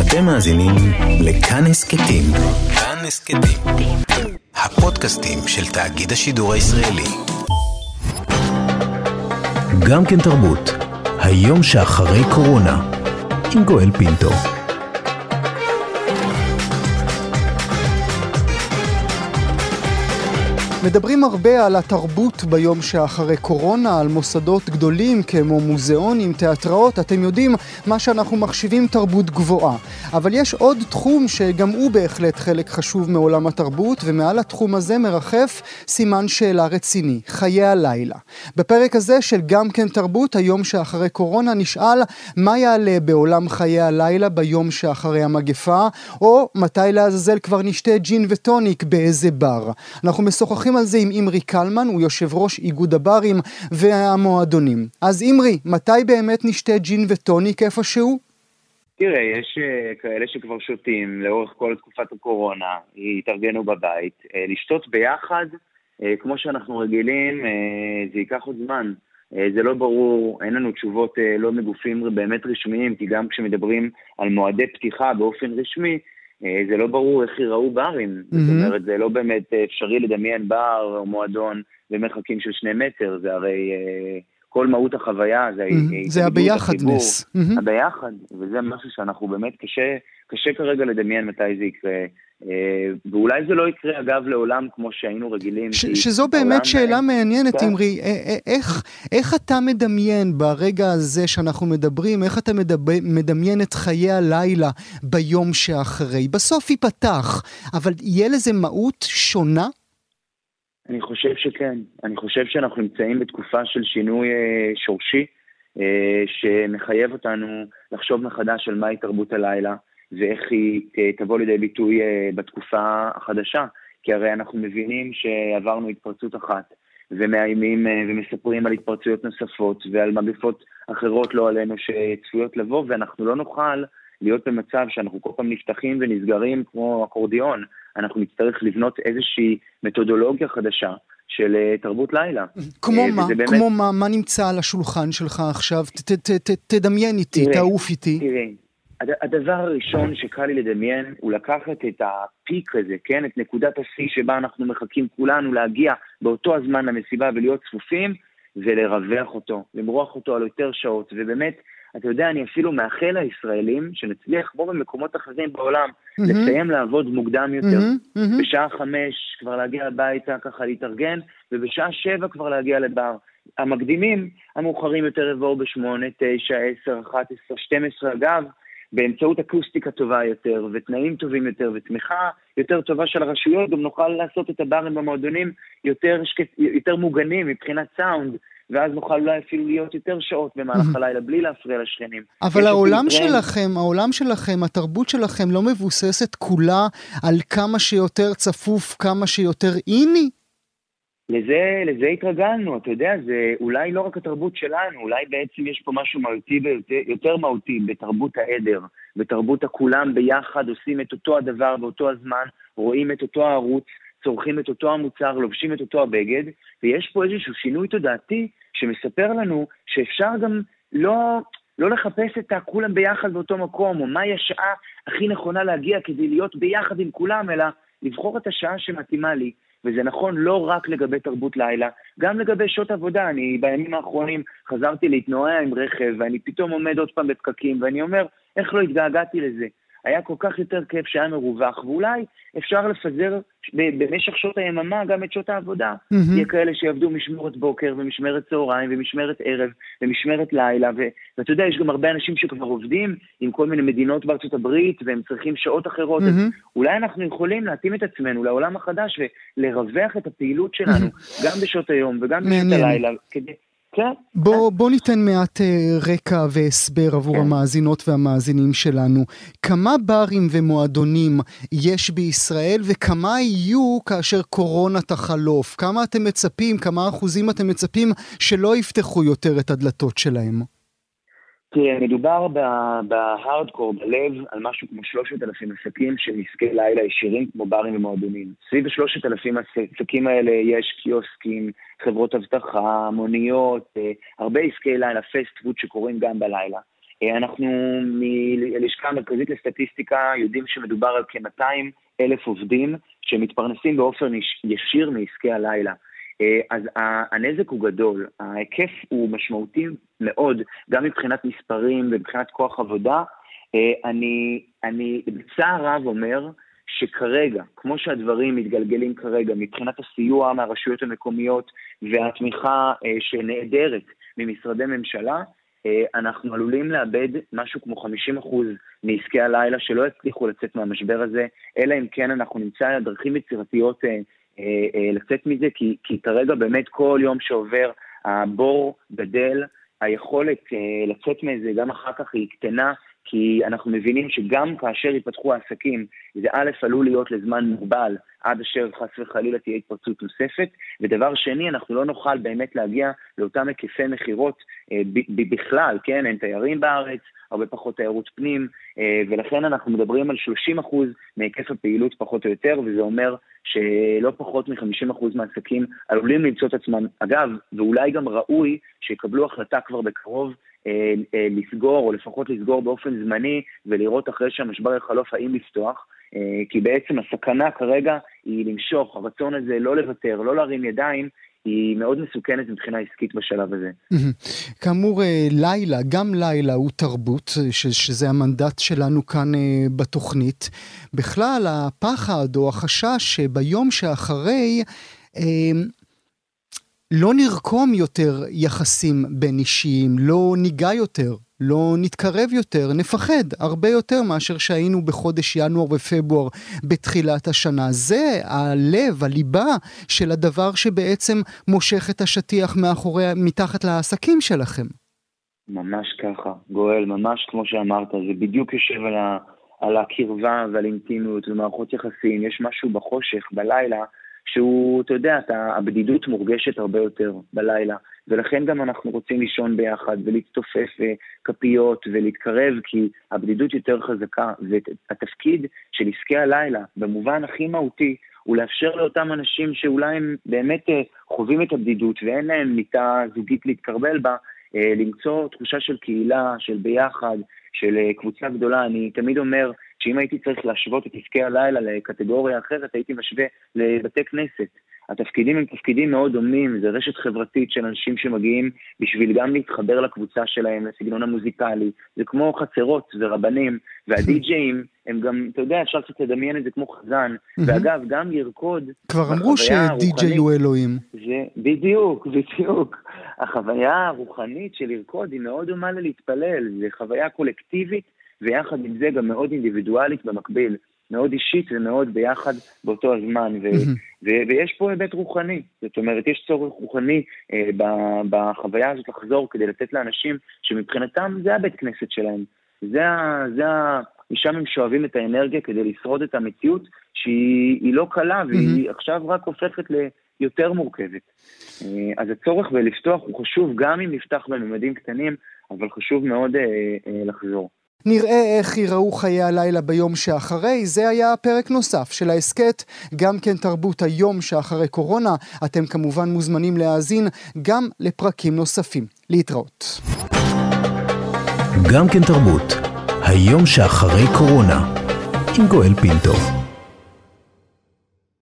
אתם מאזינים לכאן הסכתים. כאן הסכתים, הפודקאסטים של תאגיד השידור הישראלי. גם כן תרבות, היום שאחרי קורונה, עם גואל פינטו. מדברים הרבה על התרבות ביום שאחרי קורונה, על מוסדות גדולים כמו מוזיאונים, תיאטראות, אתם יודעים מה שאנחנו מחשיבים תרבות גבוהה. אבל יש עוד תחום שגם הוא בהחלט חלק חשוב מעולם התרבות, ומעל התחום הזה מרחף סימן שאלה רציני, חיי הלילה. בפרק הזה של גם כן תרבות, היום שאחרי קורונה, נשאל מה יעלה בעולם חיי הלילה ביום שאחרי המגפה, או מתי לעזאזל כבר נשתה ג'ין וטוניק באיזה בר. אנחנו משוחחים על זה עם אימרי קלמן, הוא יושב ראש איגוד הברים והמועדונים. אז אימרי, מתי באמת נשתה ג'ין וטוניק איפשהו? תראה, יש כאלה שכבר שותים לאורך כל תקופת הקורונה, התארגנו בבית, לשתות ביחד, כמו שאנחנו רגילים, זה ייקח עוד זמן. זה לא ברור, אין לנו תשובות לא מגופים באמת רשמיים, כי גם כשמדברים על מועדי פתיחה באופן רשמי, זה לא ברור איך ייראו ברים. זאת אומרת, זה לא באמת אפשרי לדמיין בר או מועדון במרחקים של 2 מטר, זה הרי כל מהות החוויה, זה הביחדנס. הביחד, וזה משהו שאנחנו באמת קשה כרגע לדמיין מתי זה יקרה. ואולי זה לא יקרה אגב לעולם כמו שהיינו רגילים. שזו באמת שאלה מעניינת, אימרי, איך אתה מדמיין ברגע הזה שאנחנו מדברים, איך אתה מדמיין את חיי הלילה ביום שאחרי? בסוף ייפתח, אבל יהיה לזה מהות שונה? אני חושב שכן. אני חושב שאנחנו נמצאים בתקופה של שינוי שורשי, שמחייב אותנו לחשוב מחדש על מהי תרבות הלילה, ואיך היא תבוא לידי ביטוי בתקופה החדשה, כי הרי אנחנו מבינים שעברנו התפרצות אחת, ומאיימים ומספרים על התפרצויות נוספות, ועל מגפות אחרות לא עלינו שצפויות לבוא, ואנחנו לא נוכל להיות במצב שאנחנו כל פעם נפתחים ונסגרים כמו אקורדיון. אנחנו נצטרך לבנות איזושהי מתודולוגיה חדשה של תרבות לילה. כמו מה? כמו מה? מה נמצא על השולחן שלך עכשיו? תדמיין איתי, תעוף איתי. תראי. הדבר הראשון שקל לי לדמיין הוא לקחת את הפיק הזה, כן? את נקודת השיא שבה אנחנו מחכים כולנו להגיע באותו הזמן למסיבה ולהיות צפופים, ולרווח אותו, למרוח אותו על יותר שעות, ובאמת, אתה יודע, אני אפילו מאחל לישראלים שנצליח כמו במקומות אחרים בעולם, לסיים לעבוד מוקדם יותר, בשעה 5 כבר להגיע הביתה ככה להתארגן, ובשעה 7 כבר להגיע לבר. המקדימים, המאוחרים יותר יבואו ב8, 9, 10, 11, 12 אגב, באמצעות אקוסטיקה טובה יותר, ותנאים טובים יותר, ותמיכה יותר טובה של הרשויות, גם נוכל לעשות את הברים במועדונים יותר מוגנים מבחינת סאונד, ואז נוכל אולי אפילו להיות יותר שעות במהלך הלילה, בלי להפריע לשכנים. אבל העולם שלכם, התרבות שלכם לא מבוססת כולה על כמה שיותר צפוף, כמה שיותר איני? לזה התרגלנו, אתה יודע, זה אולי לא רק התרבות שלנו, אולי בעצם יש פה משהו מהותי יותר מהותי בתרבות העדר, בתרבות הכולם ביחד עושים את אותו הדבר באותו הזמן, רואים את אותו הערוץ, צורכים את אותו המוצר, לובשים את אותו הבגד, ויש פה איזשהו שינוי תודעתי שמספר לנו שאפשר גם לא לחפש את כולם ביחד באותו מקום, או מהי השעה הכי נכונה להגיע כדי להיות ביחד עם כולם, אלא לבחור את השעה שמתאימה לי. וזה נכון לא רק לגבי תרבות לילה, גם לגבי שעות עבודה. אני בימים האחרונים חזרתי להתנועע עם רכב, ואני פתאום עומד עוד פעם בפקקים, ואני אומר, איך לא התגעגעתי לזה? היה כל כך יותר כיף שהיה מרווח, ואולי אפשר לפזר במשך שעות היממה גם את שעות העבודה. יהיה כאלה שיעבדו משמרת בוקר, ומשמרת צהריים, ומשמרת ערב, ומשמרת לילה, ואתה יודע, יש גם הרבה אנשים שכבר עובדים עם כל מיני מדינות בארצות הברית, והם צריכים שעות אחרות, אז אולי אנחנו יכולים להתאים את עצמנו לעולם החדש, ולרווח את הפעילות שלנו, גם בשעות היום, וגם בשעות הלילה, כדי... בוא ניתן מעט רקע והסבר עבור המאזינות והמאזינים שלנו. כמה ברים ומועדונים יש בישראל וכמה יהיו כאשר קורונה תחלוף? כמה אתם מצפים, כמה אחוזים אתם מצפים שלא יפתחו יותר את הדלתות שלהם? תראה, מדובר בהארדקור, בלב, על משהו כמו 3,000 עסקים של עסקי לילה ישירים כמו ברים ומועדונים. סביב 3,000 העסקים האלה יש קיוסקים, חברות אבטחה, מוניות, הרבה עסקי לילה, פסט פוד שקורים גם בלילה. אנחנו הלשכה המרכזית לסטטיסטיקה יודעים שמדובר על כ-200,000 עובדים שמתפרנסים באופן ישיר מעסקי הלילה. אז הנזק הוא גדול, ההיקף הוא משמעותי מאוד, גם מבחינת מספרים ומבחינת כוח עבודה. אני בצער רב אומר שכרגע, כמו שהדברים מתגלגלים כרגע, מבחינת הסיוע מהרשויות המקומיות והתמיכה שנעדרת ממשרדי ממשלה, אנחנו עלולים לאבד משהו כמו 50% מעסקי הלילה שלא יצליחו לצאת מהמשבר הזה, אלא אם כן אנחנו נמצא דרכים יצירתיות לצאת מזה, כי כרגע באמת כל יום שעובר הבור גדל, היכולת לצאת מזה גם אחר כך היא קטנה, כי אנחנו מבינים שגם כאשר ייפתחו העסקים, זה א' עלול להיות לזמן מוגבל, עד אשר חס וחלילה תהיה התפרצות נוספת, ודבר שני, אנחנו לא נוכל באמת להגיע לאותם היקפי מחירות בכלל, כן, אין תיירים בארץ, הרבה פחות תיירות פנים, ולכן אנחנו מדברים על 30% מהיקף הפעילות פחות או יותר, וזה אומר שלא פחות מ-50% מהעסקים עלולים למצוא את עצמם, אגב, ואולי גם ראוי שיקבלו החלטה כבר בקרוב, לסגור או לפחות לסגור באופן זמני ולראות אחרי שהמשבר יחלוף האם לפתוח, כי בעצם הסכנה כרגע היא למשוך, הרצון הזה לא לוותר, לא להרים ידיים, היא מאוד מסוכנת מבחינה עסקית בשלב הזה. כאמור, לילה, גם לילה הוא תרבות, שזה המנדט שלנו כאן בתוכנית. בכלל, הפחד או החשש שביום שאחרי לא נרקום יותר יחסים בין אישיים, לא ניגע יותר, לא נתקרב יותר, נפחד הרבה יותר מאשר שהיינו בחודש ינואר ופברואר בתחילת השנה. זה הלב, הליבה של הדבר שבעצם מושך את השטיח מתחת לעסקים שלכם. ממש ככה, גואל, ממש כמו שאמרת, זה בדיוק יושב על הקרבה ועל אינטימיות ומערכות יחסים. יש משהו בחושך, בלילה, שהוא, אתה יודע, הבדידות מורגשת הרבה יותר בלילה, ולכן גם אנחנו רוצים לישון ביחד ולהתופף כפיות ולהתקרב, כי הבדידות יותר חזקה, והתפקיד של עסקי הלילה, במובן הכי מהותי, הוא לאפשר לאותם אנשים שאולי הם באמת חווים את הבדידות, ואין להם מיטה זוגית להתקרבל בה, למצוא תחושה של קהילה, של ביחד, של קבוצה גדולה. אני תמיד אומר שאם הייתי צריך להשוות את עסקי הלילה לקטגוריה אחרת, הייתי משווה לבתי כנסת. התפקידים הם תפקידים מאוד דומים, זה רשת חברתית של אנשים שמגיעים בשביל גם להתחבר לקבוצה שלהם, לסגנון המוזיקלי, זה כמו חצרות ורבנים, והדי-ג'אים הם גם, אתה יודע, אפשר קצת לדמיין את זה כמו חזן, ואגב, גם ירקוד. כבר אמרו שדי-ג'יי הוא אלוהים. זה בדיוק. החוויה הרוחנית של לרקוד היא מאוד דומה להתפלל, זה חוויה קולקטיבית, ויחד עם זה גם מאוד אינדיבידואלית במקביל, מאוד אישית ומאוד ביחד באותו הזמן, ויש פה היבט רוחני, זאת אומרת, יש צורך רוחני בחוויה הזאת לחזור כדי לתת לאנשים שמבחינתם זה הבית כנסת שלהם, משם הם שואבים את האנרגיה כדי לשרוד את המציאות שהיא לא קלה, והיא עכשיו רק הופכת ליותר מורכבת. אז הצורך בלפתוח הוא חשוב, גם אם נפתח בממדים קטנים, אבל חשוב מאוד לחזור. נראה איך ייראו חיי הלילה ביום שאחרי. זה היה פרק נוסף של העסקת, גם כן תרבות היום שאחרי קורונה. אתם כמובן מוזמנים להאזין גם לפרקים נוספים. להתראות. גם כן תרבות, היום שאחרי קורונה, עם גואל פינטו.